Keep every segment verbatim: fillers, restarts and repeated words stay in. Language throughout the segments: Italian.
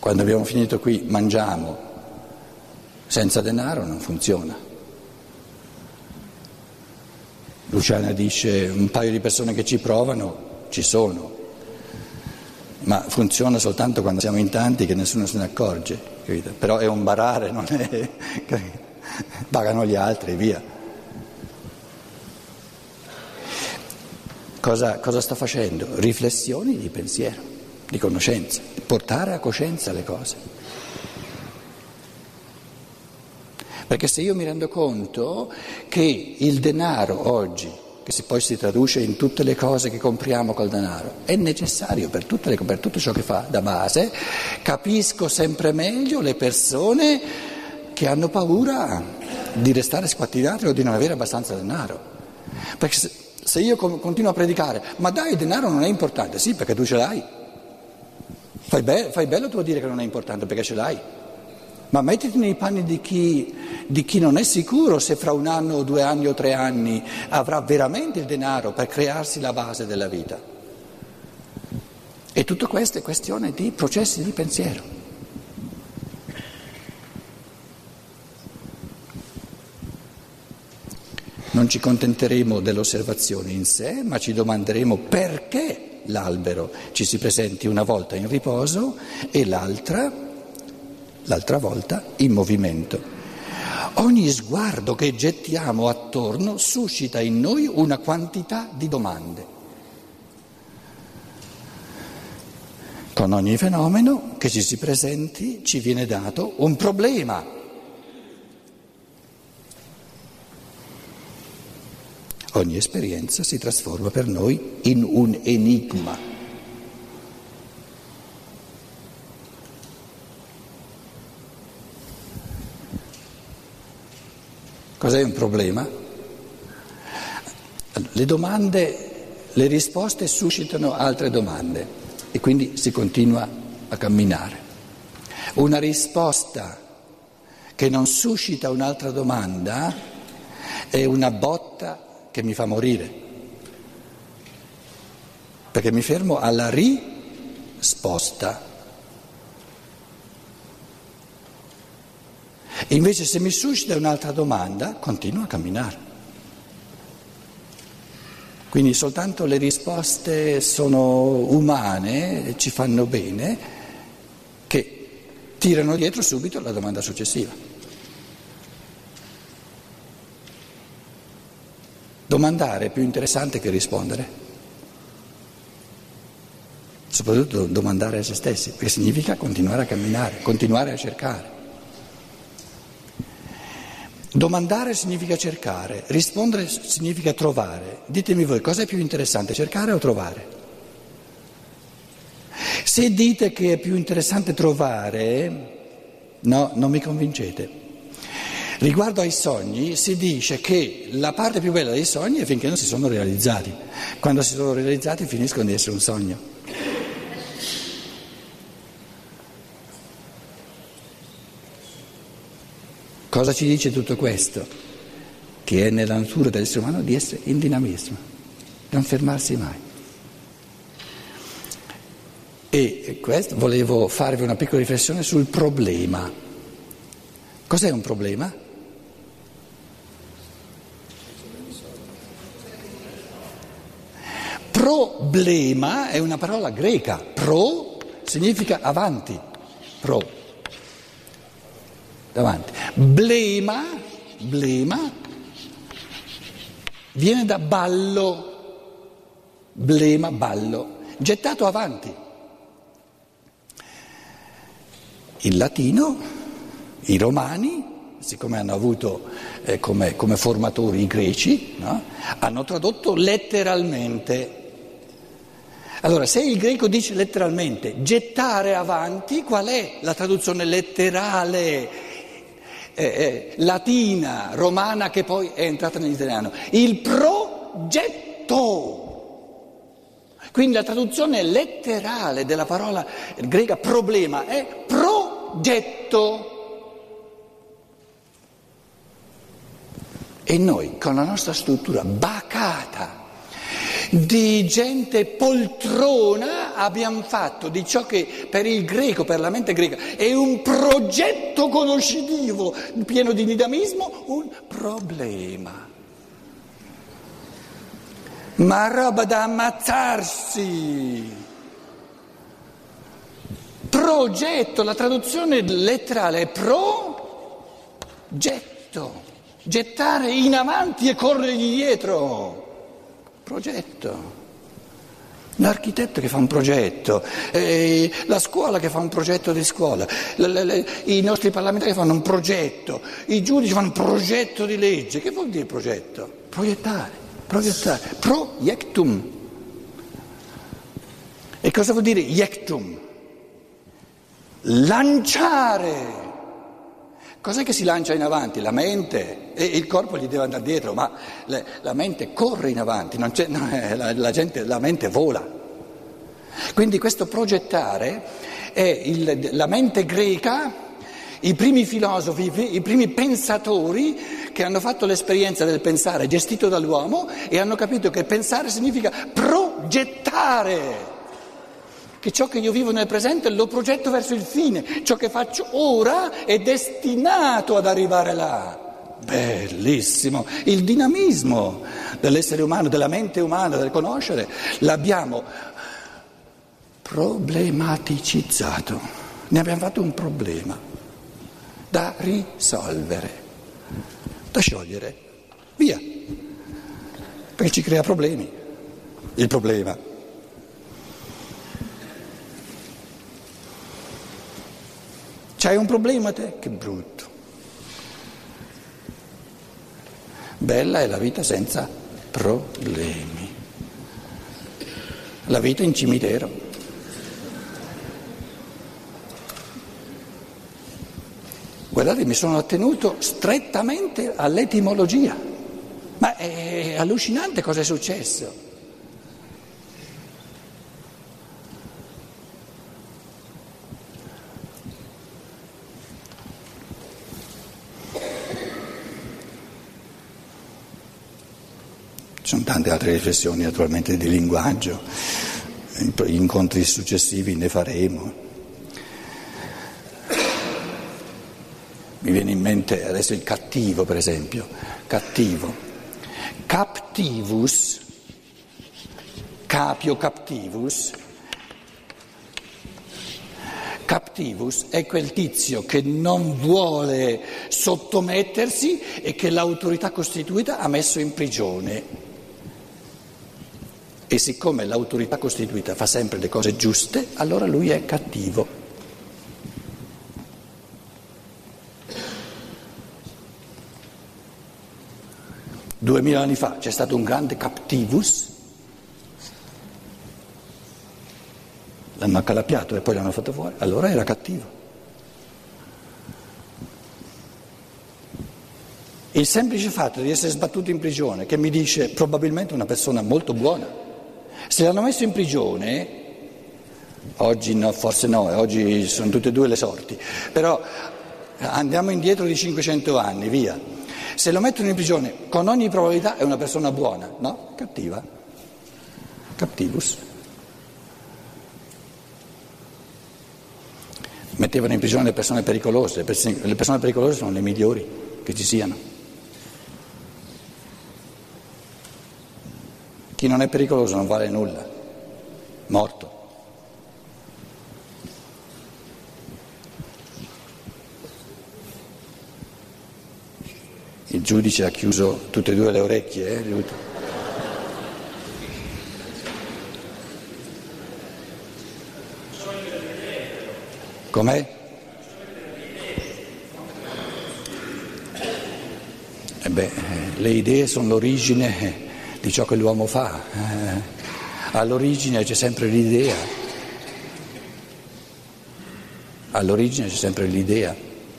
Quando abbiamo finito qui mangiamo, senza denaro non funziona. Luciana dice un paio di persone che ci provano, ci sono, ma funziona soltanto quando siamo in tanti che nessuno se ne accorge, capito? Però è un barare, non è... pagano gli altri, via. Cosa, cosa sto facendo? Riflessioni di pensiero, di conoscenza, portare a coscienza le cose. Perché se io mi rendo conto che il denaro oggi, che si poi si traduce in tutte le cose che compriamo col denaro, è necessario per, tutte le, per tutto ciò che fa da base, capisco sempre meglio le persone che hanno paura di restare squattinate o di non avere abbastanza denaro. Perché se, se io continuo a predicare, ma dai, il denaro non è importante, sì, perché tu ce l'hai. Fai, be- fai bello tu a dire che non è importante perché ce l'hai. Ma mettiti nei panni di chi, di chi non è sicuro se fra un anno o due anni o tre anni avrà veramente il denaro per crearsi la base della vita. E tutto questo è questione di processi di pensiero. Non ci contenteremo dell'osservazione in sé, ma ci domanderemo perché l'albero ci si presenti una volta in riposo e l'altra... l'altra volta in movimento. Ogni sguardo che gettiamo attorno suscita in noi una quantità di domande. Con ogni fenomeno che ci si presenti ci viene dato un problema. Ogni esperienza si trasforma per noi in un enigma. Cos'è un problema? Le domande, le risposte suscitano altre domande e quindi si continua a camminare. Una risposta che non suscita un'altra domanda è una botta che mi fa morire, perché mi fermo alla risposta. E invece se mi suscita un'altra domanda, continuo a camminare. Quindi soltanto le risposte sono umane, ci fanno bene, che tirano dietro subito la domanda successiva. Domandare è più interessante che rispondere. Soprattutto domandare a se stessi, perché significa continuare a camminare, continuare a cercare. Domandare significa cercare, rispondere significa trovare. Ditemi voi, cosa è più interessante, cercare o trovare? Se dite che è più interessante trovare, no, non mi convincete. Riguardo ai sogni si dice che la parte più bella dei sogni è finché non si sono realizzati. Quando si sono realizzati finiscono di essere un sogno. Cosa ci dice tutto questo? Che è nella natura dell'essere umano di essere in dinamismo, non fermarsi mai. E questo volevo farvi una piccola riflessione sul problema. Cos'è un problema? Problema è una parola greca. Pro significa avanti. Pro. Davanti. Blema, blema, viene da ballo, blema, ballo, gettato avanti. In latino, i romani, siccome hanno avuto eh, come, come formatori i greci, no? Hanno tradotto letteralmente. Allora, se il greco dice letteralmente gettare avanti, qual è la traduzione letterale? Eh, eh, latina, romana, che poi è entrata nell'italiano, il progetto. Quindi la traduzione letterale della parola greca problema è progetto. E noi con la nostra struttura bacata di gente poltrona abbiamo fatto di ciò che per il greco, per la mente greca, è un progetto conoscitivo pieno di dinamismo, un problema. Ma roba da ammazzarsi. Progetto, la traduzione letterale è progetto, gettare in avanti e correre dietro, progetto. L'architetto che fa un progetto, eh, la scuola che fa un progetto di scuola, le, le, le, i nostri parlamentari fanno un progetto, i giudici fanno un progetto di legge. Che vuol dire progetto? Proiettare, proiettare, proiectum. E cosa vuol dire iectum? Lanciare. Cos'è che si lancia in avanti? La mente, e il corpo gli deve andare dietro, ma le, la mente corre in avanti, non c'è, no, la, la, gente, la mente vola. Quindi questo progettare è il, la mente greca, i primi filosofi, i primi pensatori che hanno fatto l'esperienza del pensare gestito dall'uomo e hanno capito che pensare significa progettare. Che ciò che io vivo nel presente lo progetto verso il fine, ciò che faccio ora è destinato ad arrivare là. Bellissimo, il dinamismo dell'essere umano, della mente umana, del conoscere, l'abbiamo problematicizzato, ne abbiamo fatto un problema da risolvere, da sciogliere, via, perché ci crea problemi, il problema. C'hai un problema te? Che brutto. Bella è la vita senza problemi. La vita in cimitero. Guardate, mi sono attenuto strettamente all'etimologia, ma è allucinante cosa è successo. Ci sono tante altre riflessioni naturalmente di linguaggio, incontri successivi ne faremo. Mi viene in mente adesso il cattivo, per esempio, cattivo. Captivus, capio captivus, captivus è quel tizio che non vuole sottomettersi e che l'autorità costituita ha messo in prigione. E siccome l'autorità costituita fa sempre le cose giuste, allora lui è cattivo. Duemila anni fa c'è stato un grande captivus, l'hanno accalappiato e poi l'hanno fatto fuori, allora era cattivo. Il semplice fatto di essere sbattuto in prigione, che mi dice probabilmente una persona molto buona, se l'hanno messo in prigione, oggi no, forse no, oggi sono tutte e due le sorti, però andiamo indietro di cinquecento anni, via. Se lo mettono in prigione, con ogni probabilità è una persona buona, no? Cattiva. Captivus. Mettevano in prigione le persone pericolose, le persone, le persone pericolose sono le migliori che ci siano. Chi non è pericoloso non vale nulla, morto. Il giudice ha chiuso tutte e due le orecchie, eh? Com'è? Eh beh, le idee sono l'origine di ciò che l'uomo fa, eh, all'origine c'è sempre l'idea, all'origine c'è sempre l'idea.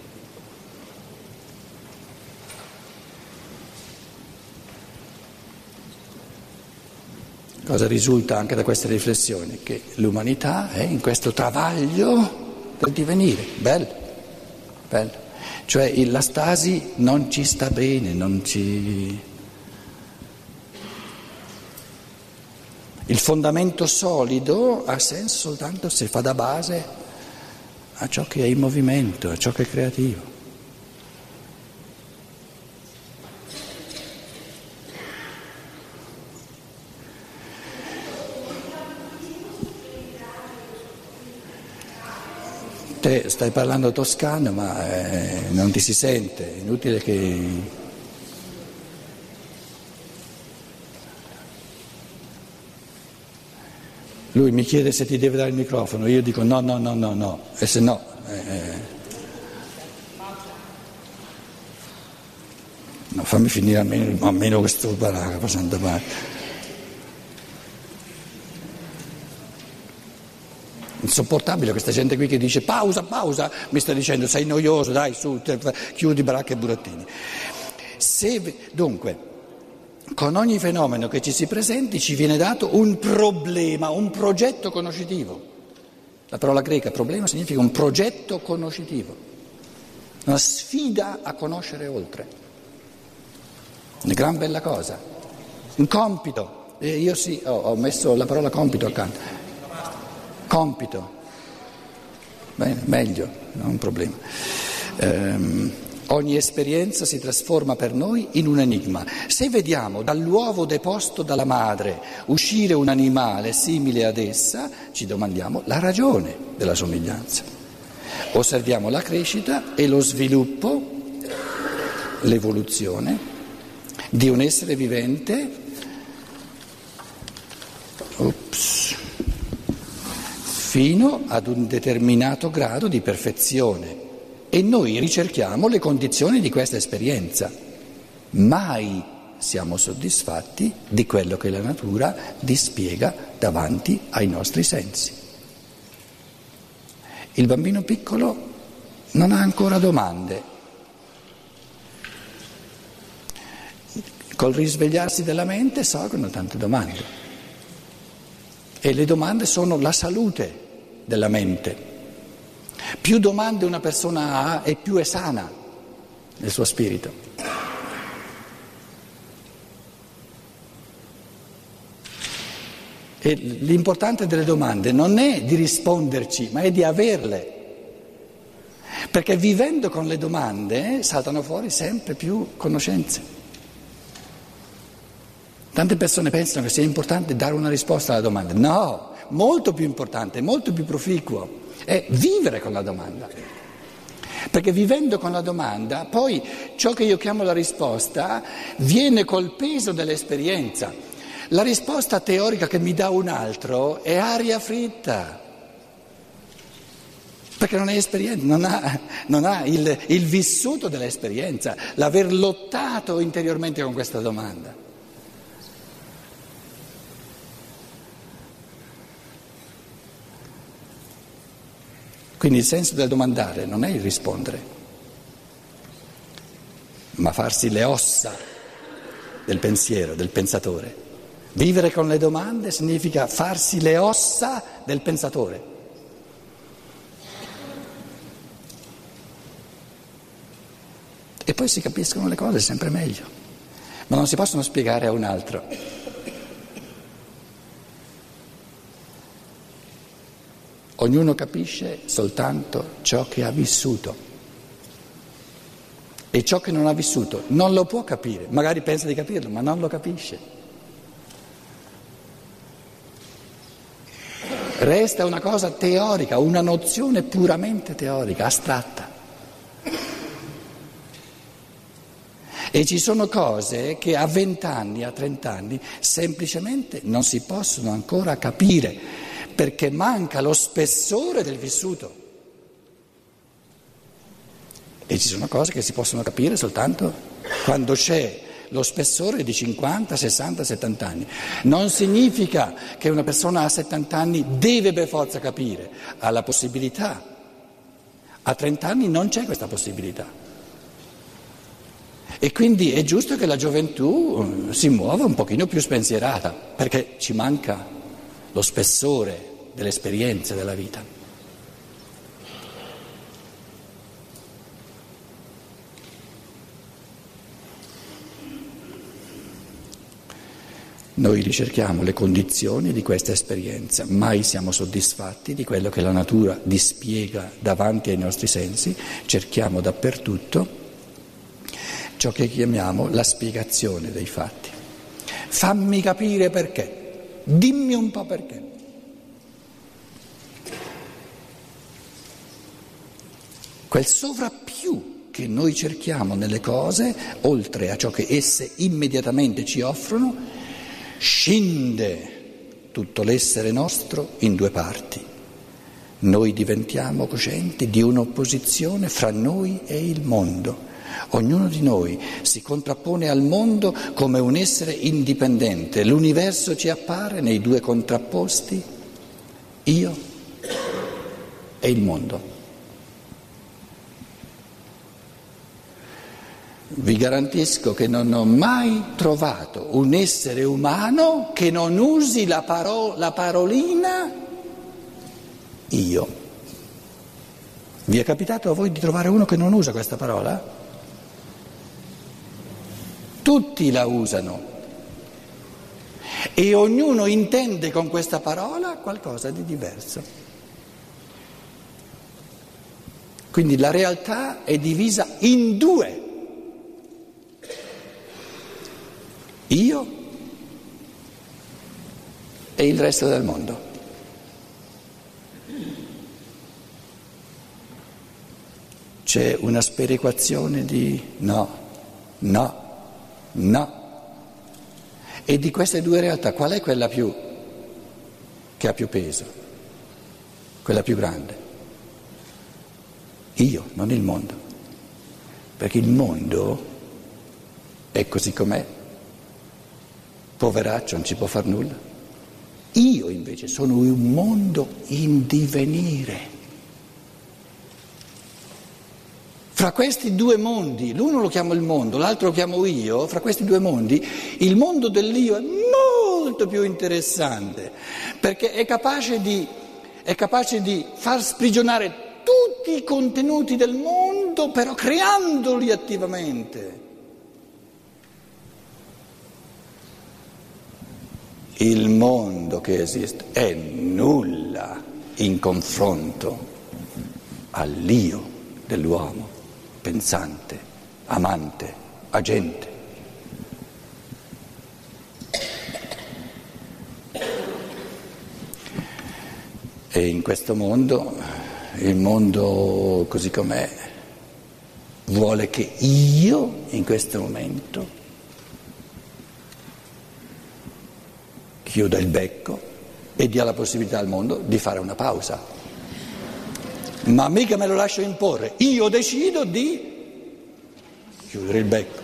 Cosa risulta anche da queste riflessioni? Che l'umanità è in questo travaglio del divenire, bello, bello, cioè la stasi non ci sta bene, non ci... Il fondamento solido ha senso soltanto se fa da base a ciò che è in movimento, a ciò che è creativo. Te stai parlando toscano, ma eh, non ti si sente, è inutile che... Lui mi chiede se ti deve dare il microfono, io dico no, no, no, no, no, e se no... Eh, no, fammi finire almeno, almeno questo paragrafo, santa parte. Insopportabile questa gente qui che dice pausa, pausa, mi sta dicendo sei noioso, dai su, te, chiudi baracca e burattini. Se, dunque, con ogni fenomeno che ci si presenti ci viene dato un problema, un progetto conoscitivo. La parola greca problema significa un progetto conoscitivo, una sfida a conoscere oltre. Una gran bella cosa, un compito. E io sì, ho, ho messo la parola compito accanto. Compito, bene, meglio, non un problema. Um, ogni esperienza si trasforma per noi in un enigma. Se vediamo dall'uovo deposto dalla madre uscire un animale simile ad essa, ci domandiamo la ragione della somiglianza. Osserviamo la crescita e lo sviluppo, l'evoluzione di un essere vivente. Ops. Fino ad un determinato grado di perfezione e noi ricerchiamo le condizioni di questa esperienza. Mai siamo soddisfatti di quello che la natura dispiega davanti ai nostri sensi. Il bambino piccolo non ha ancora domande. Col risvegliarsi della mente sorgono tante domande. E le domande sono la salute della mente. Più domande una persona ha e più è sana nel suo spirito. E l'importante delle domande non è di risponderci, ma è di averle. Perché vivendo con le domande saltano fuori sempre più conoscenze. Tante persone pensano che sia importante dare una risposta alla domanda. No, molto più importante, molto più proficuo è vivere con la domanda. Perché vivendo con la domanda, poi ciò che io chiamo la risposta viene col peso dell'esperienza. La risposta teorica che mi dà un altro è aria fritta. Perché non è esperienza, non ha, non ha il, il vissuto dell'esperienza, l'aver lottato interiormente con questa domanda. Quindi il senso del domandare non è il rispondere, ma farsi le ossa del pensiero, del pensatore. Vivere con le domande significa farsi le ossa del pensatore. E poi si capiscono le cose sempre meglio, ma non si possono spiegare a un altro. Ognuno capisce soltanto ciò che ha vissuto e ciò che non ha vissuto non lo può capire, magari pensa di capirlo, ma non lo capisce. Resta una cosa teorica, una nozione puramente teorica, astratta. E ci sono cose che a vent'anni, a trent'anni, semplicemente non si possono ancora capire. Perché manca lo spessore del vissuto. E ci sono cose che si possono capire soltanto quando c'è lo spessore di cinquanta, sessanta, settanta anni. Non significa che una persona a settanta anni deve per forza capire, ha la possibilità. A trenta anni non c'è questa possibilità. E quindi è giusto che la gioventù si muova un pochino più spensierata, perché ci manca lo spessore delle esperienze della vita. Noi ricerchiamo le condizioni di questa esperienza, mai siamo soddisfatti di quello che la natura dispiega davanti ai nostri sensi, cerchiamo dappertutto ciò che chiamiamo la spiegazione dei fatti. Fammi capire perché, dimmi un po' perché. Quel sovrappiù che noi cerchiamo nelle cose, oltre a ciò che esse immediatamente ci offrono, scinde tutto l'essere nostro in due parti. Noi diventiamo coscienti di un'opposizione fra noi e il mondo. Ognuno di noi si contrappone al mondo come un essere indipendente. L'universo ci appare nei due contrapposti, io e il mondo. Vi garantisco che non ho mai trovato un essere umano che non usi la, paro- la parolina io. Vi è capitato a voi di trovare uno che non usa questa parola? Tutti la usano e ognuno intende con questa parola qualcosa di diverso. Quindi la realtà è divisa in due. Io e il resto del mondo. C'è una sperequazione di no, no, no. E di queste due realtà qual è quella più che ha più peso? Quella più grande? Io, non il mondo. Perché il mondo è così com'è. Poveraccio, non ci può far nulla. Io invece sono un mondo in divenire. Fra questi due mondi, l'uno lo chiamo il mondo, l'altro lo chiamo io, fra questi due mondi, il mondo dell'io è molto più interessante, perché è capace di, è capace di far sprigionare tutti i contenuti del mondo, però creandoli attivamente. Il mondo che esiste è nulla in confronto all'io dell'uomo, pensante, amante, agente. E in questo mondo, il mondo così com'è, vuole che io in questo momento chiuda il becco e dia la possibilità al mondo di fare una pausa. Ma mica me lo lascio imporre, io decido di chiudere il becco.